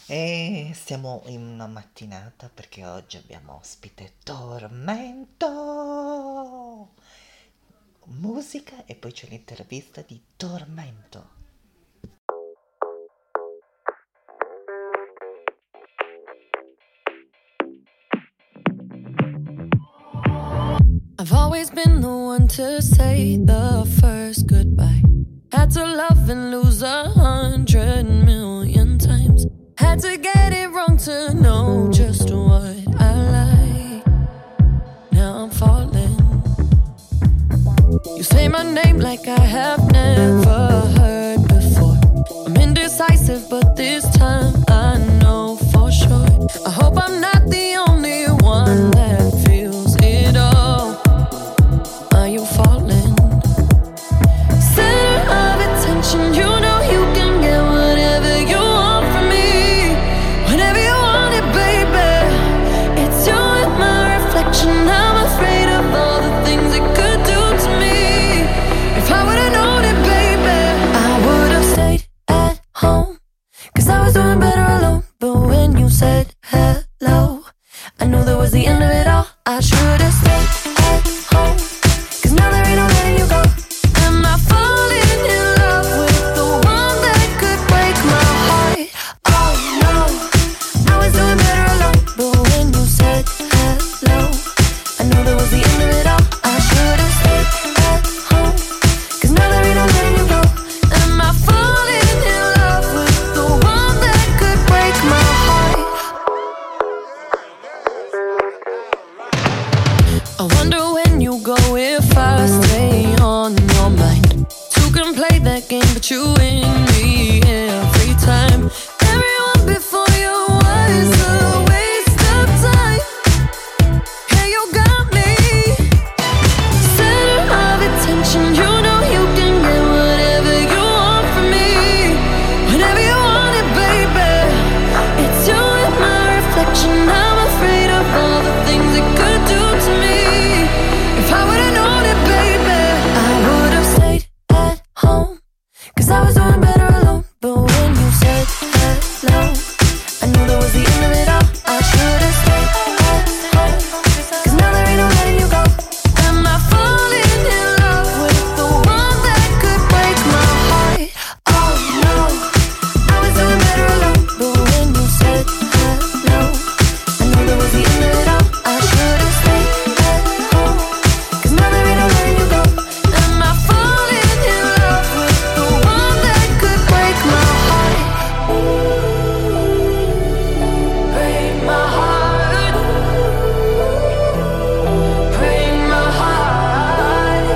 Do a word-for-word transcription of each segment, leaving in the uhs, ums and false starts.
E siamo in una mattinata perché oggi abbiamo ospite Tormento. Musica e poi c'è l'intervista di Tormento. I've always been the one to say the first goodbye. Had to love and lose a hundred million times. Had to get it wrong to know just what I like. Now I'm falling. You say my name like I have never heard before. I'm indecisive, but this time I know for sure. I hope I'm not the only one that feels it all. Are you falling? Center of attention, you know you can get whatever you want from me. Whenever you want it, baby. It's you and my reflection. I'm afraid of all the things it could do to me. If I would've known it, baby, I would've stayed at home. Cause I was doing better alone. But when you said hello, I knew that was the end of it all. I should've stayed at home. Cause now there ain't no letting you go. Am I falling in love with the one that could break my heart? Oh no, I was doing better alone. But when you said hello, I knew that was the end of it all. I should've stayed at home. Cause now there ain't no letting you go. Am I falling in love with the one that could break my heart? I wonder when you go if I stay on your mind. Two can play that game, but you win me every time. Everyone before you was a waste of time. Yeah, you got me. Center of attention, you know you can get whatever you want from me. Whenever you want it, baby. It's you and my reflection. I'm afraid of all the things it could do to me. If I would've known it, baby, I would've stayed at home. Cause I was doing better alone. But when you said hello, I knew that was the end of it all. I should've stayed at home. Cause now there ain't no letting you go. Am I falling in love with the one that could break my heart? Oh no, I was doing better alone. But when you said hello, I knew that was the end of it all. I should've stayed at home. Cause now there ain't no letting you go. Am I falling in love with the one that could break my heart? Break my heart. Break my heart.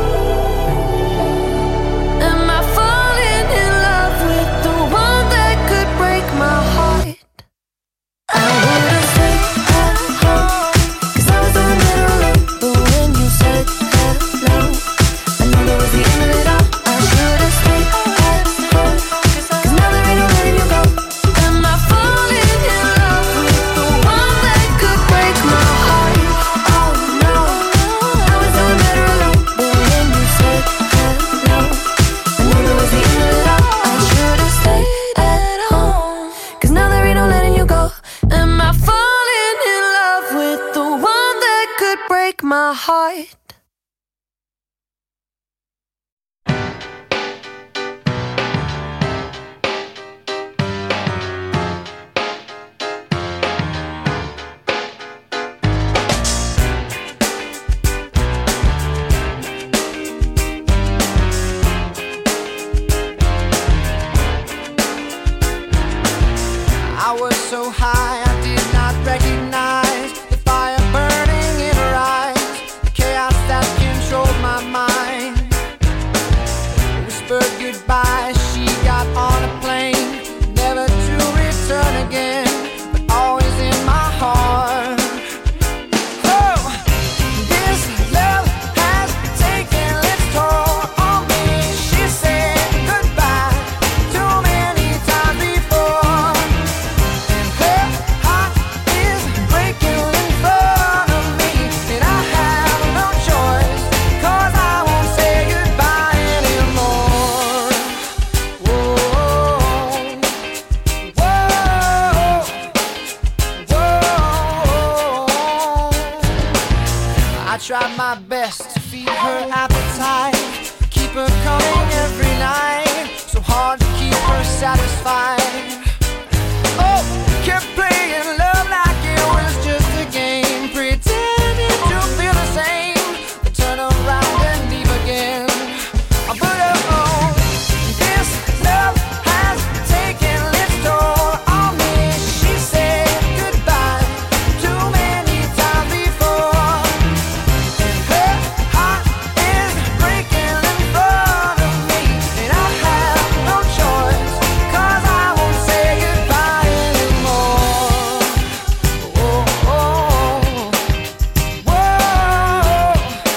Am I falling in love with the one that could break my heart? I would've stayed at home. Cause I was doing better alone. But when you said hello, I knew that was the end of it all. I should've stayed at home. Cause now there ain't no letting you go. Am I falling in love with the one that could break my heart? Oh no, I was doing better alone. But when you said hello, I knew that was the end of it all. I should've stayed at home. Cause now there ain't no letting you go. Am I falling in love with the one that could break my heart? I was so high I did not recognize the fire burning in her eyes, the chaos that controlled my mind. Whispered goodbye, she got on a plane, never to return again, but always in my heart. Oh, this love has taken its toll on me. She said goodbye too many times before. And her tried my best to feed her appetite, keep her coming every night, so hard to keep her satisfied. Oh, kept playing love like it was just a game, pretending to feel the same, then turn around and leave again. But oh, this love has taken its toll on me. She said goodbye too many times before, and her heart is breaking in front of me, and I have no choice, 'cause I won't say goodbye anymore. Oh, oh, oh. Whoa,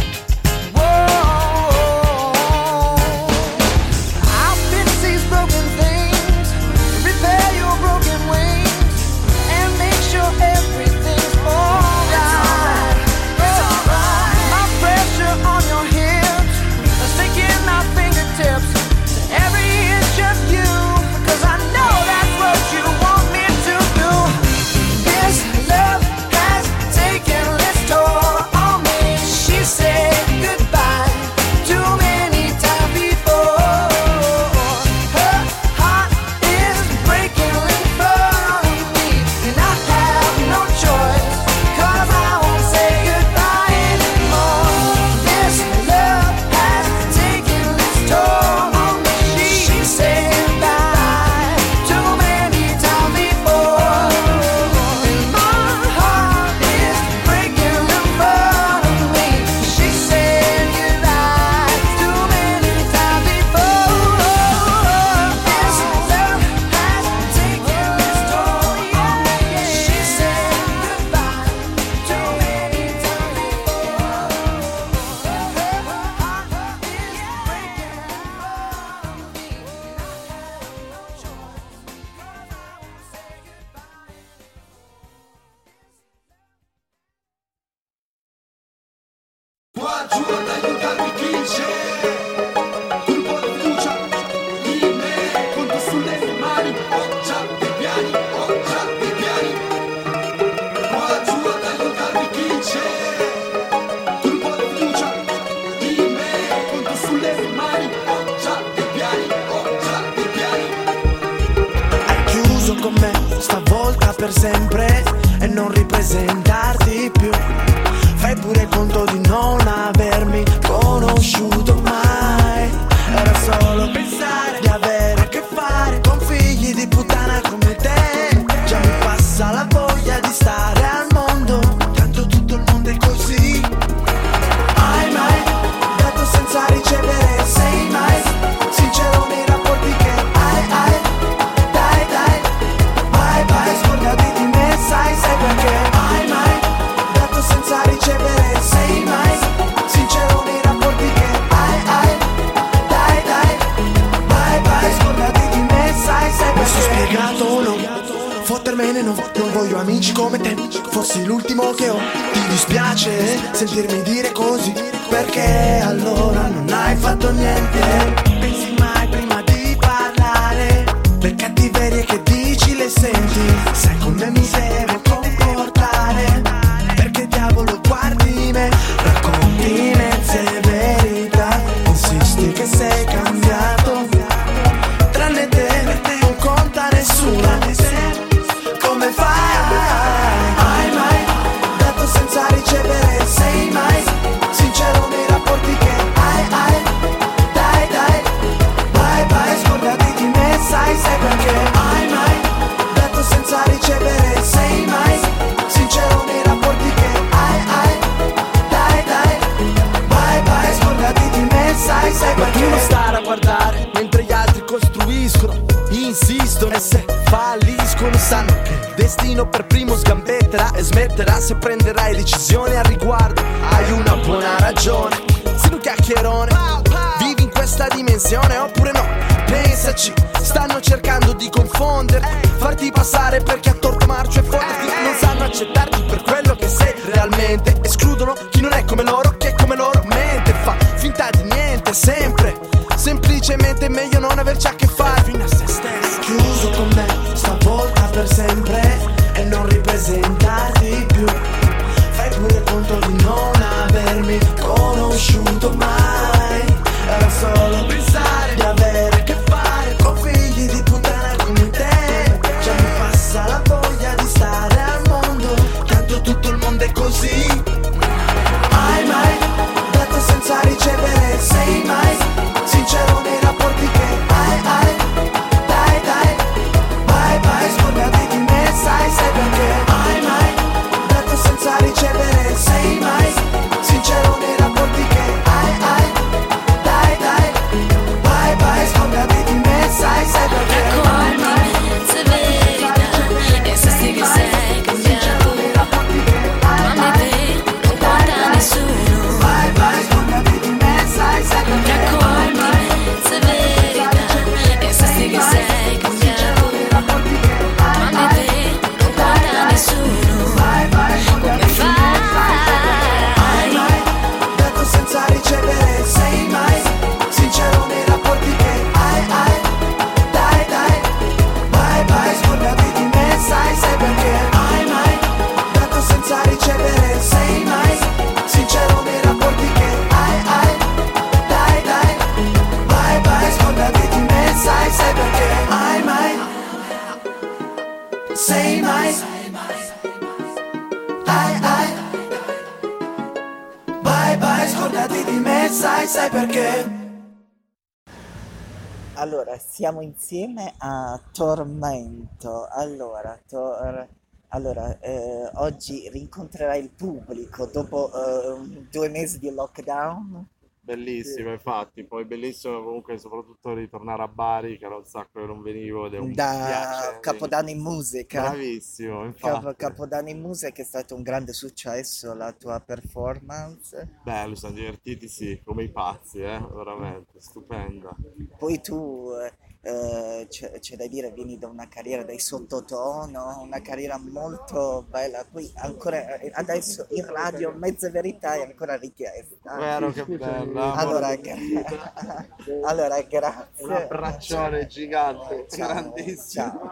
whoa. I'll fix these broken things, repair your broken wings, and make sure everything's alright. It's alright. My pressure on your hips, sinking my fingertips to every inch of you, 'cause I know that's what you want me to do. This love has taken its toll on me. She said goodbye too many times before. Her heart is breaking in front of me, and I have no choice, 'cause I won't say goodbye anymore. This love has taken its toll on me. She said goodbye too many times before, and my heart is breaking in front of me. She said goodbye too many times before. This love has taken its toll on me. She said goodbye too many times before. Her heart is breaking in front of me, and I have no choice, 'cause I won't say goodbye. Qua giù ad aiutarmi chi c'è, turbo di fiducia in me, conto sulle mani, ho già dei piani, ho già dei piani. Qua giù ad aiutarmi chi c'è, turbo di fiducia in me, conto sulle mani, ho già dei piani, ho già dei piani. Hai chiuso con me stavolta per sempre e non ripresentarti più. Fai pure conto di non avermi conosciuto mai. Era solo pensare di avere a che fare con figli di puttana come te. Già mi passa la voglia di stare al mondo, tanto tutto il mondo è così. Hai mai dato senza ricevere? Sei mai sincero nei rapporti che hai, hai? Dai, dai, bye bye, scordati di me, sai, sai perché? Hai mai dato senza ricevere? Sei mai sincero nei rapporti che hai, hai? Dai, dai, bye bye, scordati di me, sai, sai perché? Mi sono spiegato, no, fottermene no, non voglio amici come te, fossi l'ultimo che ho. Ti dispiace sentirmi dire così, perché allora non hai fatto niente. Pensi mai prima di parlare, le cattiverie che dici le senti, sai come mi devo comportare, perché diavolo guardi me, racconti mezze verità, insisti che sei cambiato, tranne te non conta nessuna. Come fai? Hai mai dato senza ricevere? Sei mai sincero nei rapporti che hai, hai? Dai, dai, bye bye, scordati di me, sai, sai perché? Hai mai dato senza ricevere? Sei mai sincero nei rapporti che hai, hai? Dai, dai, bye bye, scordati di me, sai, sai perché? Perché non stare a guardare mentre gli altri costruiscono, insistono e se falliscono sanno che il destino per primo sgambetterà e smetterà se prenderai decisioni al riguardo. Hai una buona ragione, sei un chiacchierone, vivi in questa dimensione oppure no? Pensaci, stanno cercando di confondere, farti passare per chi ha torto marcio e fotterti. Non sanno accettarti per quello che sei realmente, escludono chi non è come loro, che è come loro mente, fa finta di niente sempre, semplicemente è meglio non averci a che fare fino a se stessi. Chiuso con me stavolta per sempre e non ripresentarti più. Fai pure conto di non aver sei mai. Ai ai. Bye bye, scordati di me, sai, sai perché? Allora, siamo insieme a Tormento. Allora, Tor- allora eh, oggi rincontrerai il pubblico dopo eh, due mesi di lockdown. Bellissimo, infatti, poi bellissimo comunque soprattutto ritornare a Bari, che era un sacco che non venivo ed è un Da piacere. Capodanno in musica. Bravissimo, Capo- infatti. Capodanno in musica è stato un grande successo la tua performance. Bello, siamo divertiti, sì, come i pazzi, eh, veramente, stupenda. Poi tu, eh, c'è, c'è da dire, vieni da una carriera dai sottotono, una carriera molto bella. Poi ancora eh, adesso in radio mezza verità è ancora richiesta. Vero che bella, Allora, amore gra- della vita. allora, grazie. Un abbraccione gigante, Ciao, grandissimo. ciao.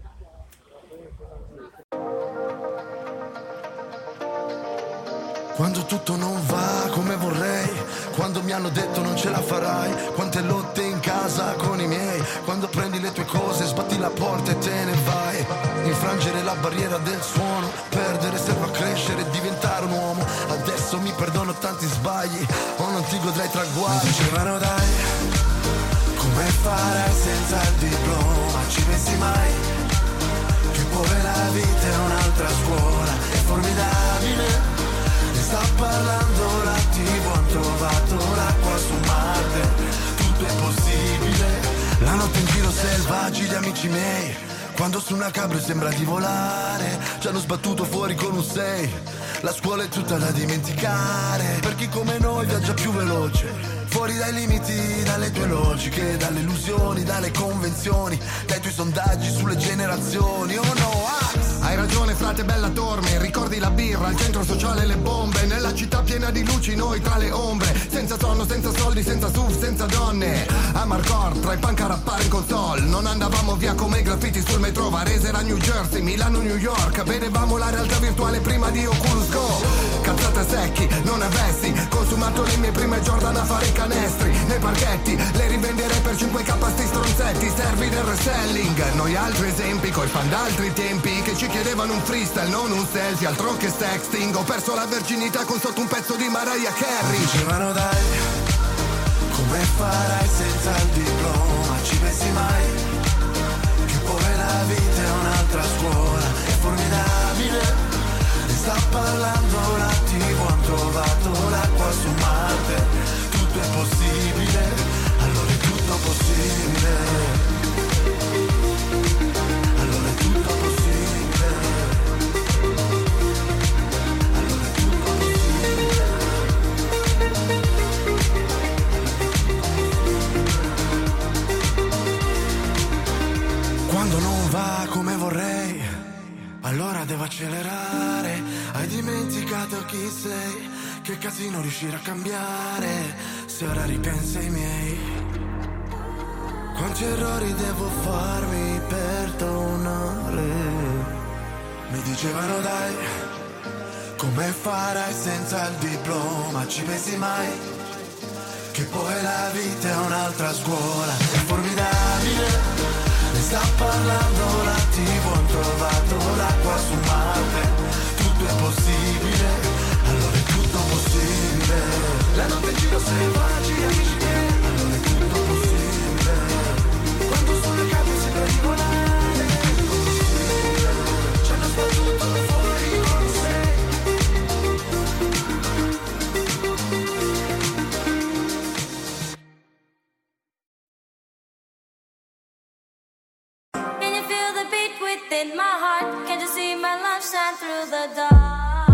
Quando tutto non va come vorrei, quando mi hanno detto non ce la farai, quante lotte in casa con i miei, quando prendi le tue cose, sbatti la porta e te ne vai, infrangere la barriera del suono, perdere serve a crescere e diventare un uomo, adesso mi perdono tanti sbagli, o non ti godrei traguardi. Mi dicevano dai, come farai senza il diploma, ci pensi mai, che poi la vita è un'altra scuola, è formidabile. Sta parlando la tivù, han trovato l'acqua su Marte, tutto è possibile. La notte in giro selvaggi gli amici miei, quando su una cabrio sembra di volare, ci hanno sbattuto fuori con un sei. La scuola è tutta da dimenticare, per chi come noi viaggia più veloce, fuori dai limiti, dalle tue logiche, dalle illusioni, dalle convenzioni, dai tuoi sondaggi sulle generazioni. Oh no, ah! Hai ragione frate bella Torme, ricordi la birra, il centro sociale le bombe, nella città piena di luci noi tra le ombre, senza sonno, senza soldi, senza S U V, senza donne, a Marcor tra i punk a rappare in console, non andavamo via come i graffiti sul metro, Varese era New Jersey, Milano New York, vedevamo la realtà virtuale prima di Oculus Go, cazzate secchi, non avessi consumato le mie prime Jordan a fare i canestri, nei parchetti, le rivenderei per cinque K sti stronzetti, servi del reselling, noi altri esempi coi fan d'altri tempi che ci chiedevano un freestyle, non un selfie, altro che sexting. Ho perso la verginità con sotto un pezzo di Mariah Carey. Dicevano dai, come farai senza il diploma, ci pensi mai, che poi la vita è un'altra scuola, è formidabile. Ne sta parlando la tivù, han trovato l'acqua su Marte, tutto è possibile, allora è tutto possibile. Allora è tutto possibile. Quando non va come vorrei, allora devo accelerare. Hai dimenticato chi sei, che casino riuscire a cambiare, se ora ripensi ai miei. Quanti errori devo farmi per tornare? Mi dicevano dai, come farai senza il diploma, ci pensi mai, che poi la vita è un'altra scuola, è formidabile. Ne sta parlando la tivù, han trovato l'acqua su Marte, tutto è possibile, allora è tutto possibile. La notte in giro selvaggi, amici miei, allora è tutto possibile. Quando sulle case sembra di volare, ci hanno sbattuto fuori con sei. In my heart, can't you see my love shine through the dark?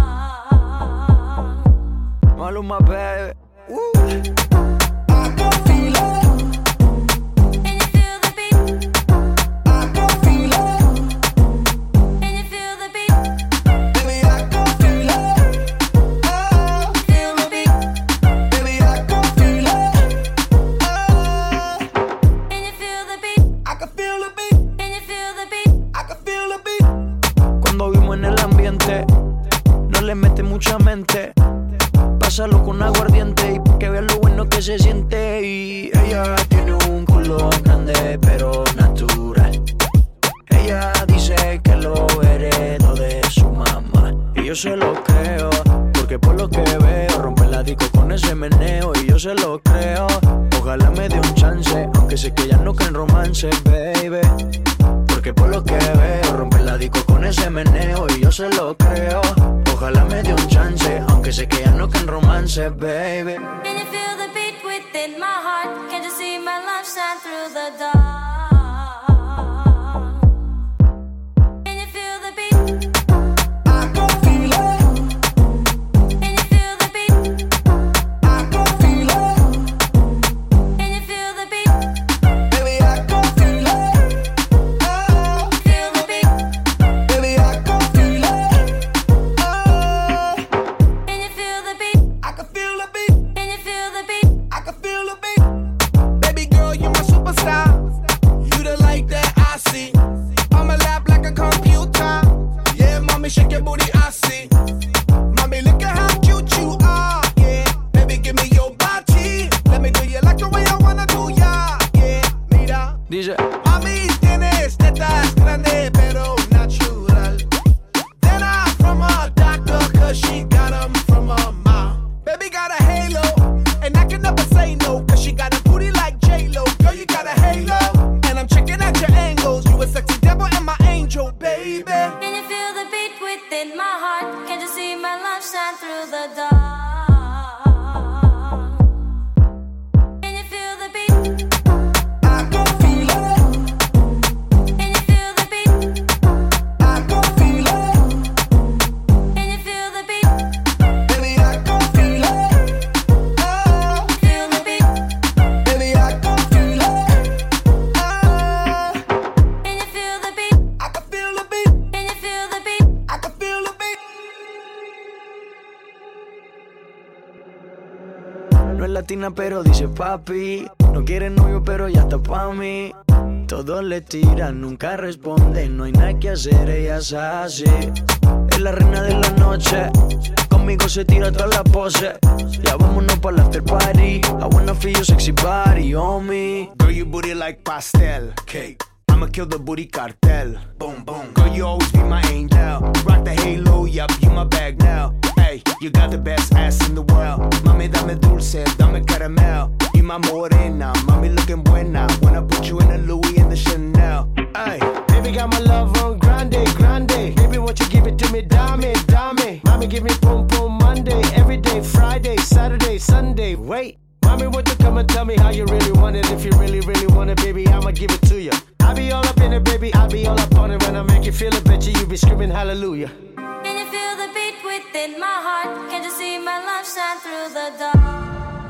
Maluma, baby. Woo. I can feel it. Can you feel the beat? I can feel it. Can you feel the beat? Baby, I can feel it. Oh, Feel the beat? baby, I can feel it. Oh, Can you feel the beat? I can feel the beat. Can you feel the beat? I can feel the beat. Cuando vimos en el ambiente, no le mete mucha mente. Pásalo con aguardiente y pa' que veas lo bueno que se siente. Y ella tiene un culo grande pero natural. Ella dice que lo heredó de su mamá y yo se lo creo, porque por lo que veo rompe la disco con ese meneo y yo se lo creo. Ojalá me dé un chance, aunque sé que ella no cree en romance, baby. Porque por lo que veo rompe la disco con ese meneo y yo se lo creo. Ojalá me dé un chance, aunque sé que ella no cree en romance, baby. Can you feel the beat within my heart? Can't you see my love shine through the dark? Can you feel the beat? I can feel it. Can you feel the beat? I can feel it. Can you feel the beat? Baby, I can feel it. Oh, Feel the beat? baby, I can feel it. Oh, Can you feel the beat? I can feel the beat. Can you feel the beat? I can feel the beat. Baby girl, you're my superstar. You the light that I see. On my lap like a computer. Yeah, mommy, shake your booty, I see. Mommy, look at how cute you are. Yeah, baby, give me your body. Let me do you like the way I wanna do ya. Yeah, mira. Dice, Mami, tienes tetas grandes, pero natural. Then I'm from a doctor, cause she got 'em from her mom. Baby got a halo, and I can never say no, cause she got a booty like J-Lo. Girl, you got a halo, and I'm checking out your angles. You a sexy devil and my angel, baby. Can you feel the beat within my heart? Can't you see my love shine through the dark? Can you feel the beat? I can feel it. Can you feel the beat? I can feel it. Can you feel the beat? Baby, I can feel it. Oh, Feel the beat? baby, I can feel it. Oh, Can you feel the beat? I can feel the beat. Can you feel the beat? I can feel the beat. no es latina pero dice papi. No quiere novio pero ya está pa' mí. Todos le tiran, nunca responde. No hay nada que hacer, ella es así. Es la reina de la noche. Conmigo se tira toda la pose. Ya vámonos pa' la after party. I wanna feel your sexy body on me. Girl, your booty like pastel cake. I'ma kill the booty cartel. Boom, boom. Girl, you always be my angel. Rock the halo, yup, you my bag now. Hey, you got the best ass in the world. Mami, dame dulce, dame caramel. You my morena, mami looking buena. When I put you in the Louis and the Chanel. Hey, baby got my love on grande, grande. Baby, won't you give it to me, dame, dame. Mami, give me boom, boom, Monday. Every day, Friday, Saturday, Sunday. Wait. Mommy, won't you come and tell me how you really want it? If you really, really want it, baby, I'ma give it to you. I be all up in it, baby, I be all up on it. When I make you feel it, bet you, you be screaming hallelujah. Can you feel the beat within my heart? Can't you see my love shine through the dark?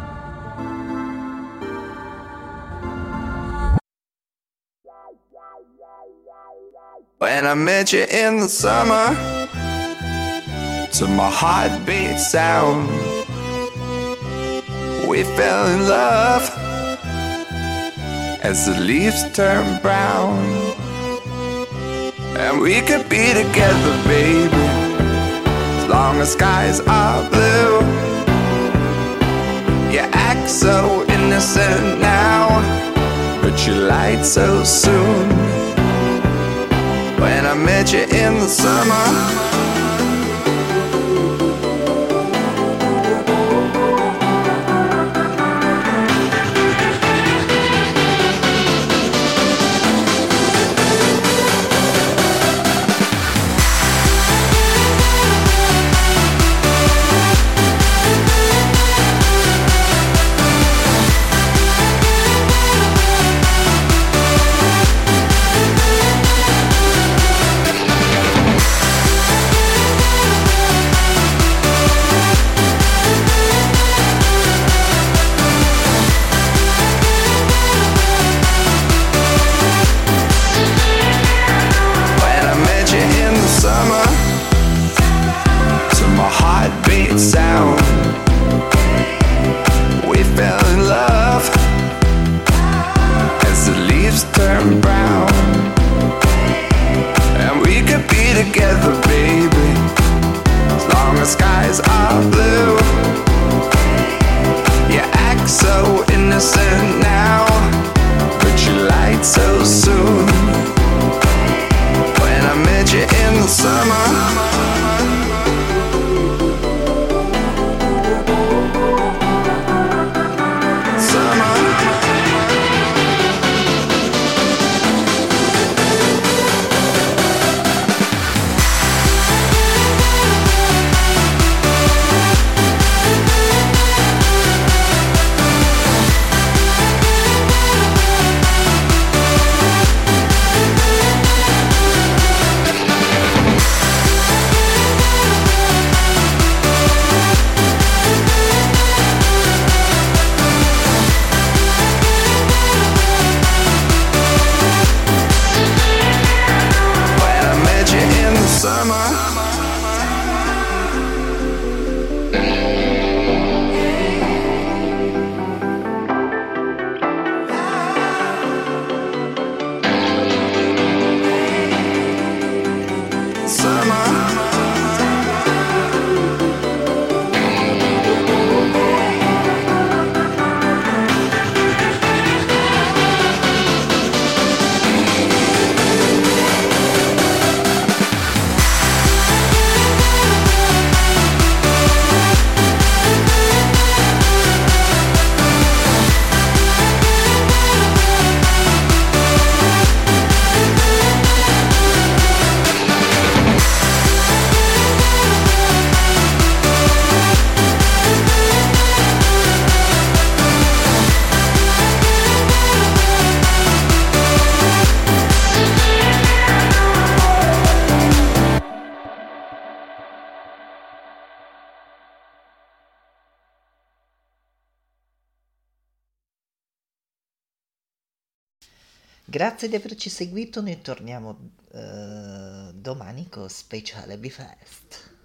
When I met you in the summer, to my heartbeat sound, we fell in love as the leaves turn brown. And we could be together, baby, as long as skies are blue. You act so innocent now, but you lied so soon. When I met you in the summer, met you in the summer. Grazie di averci seguito, noi torniamo eh, domani con Speciale B-Fest.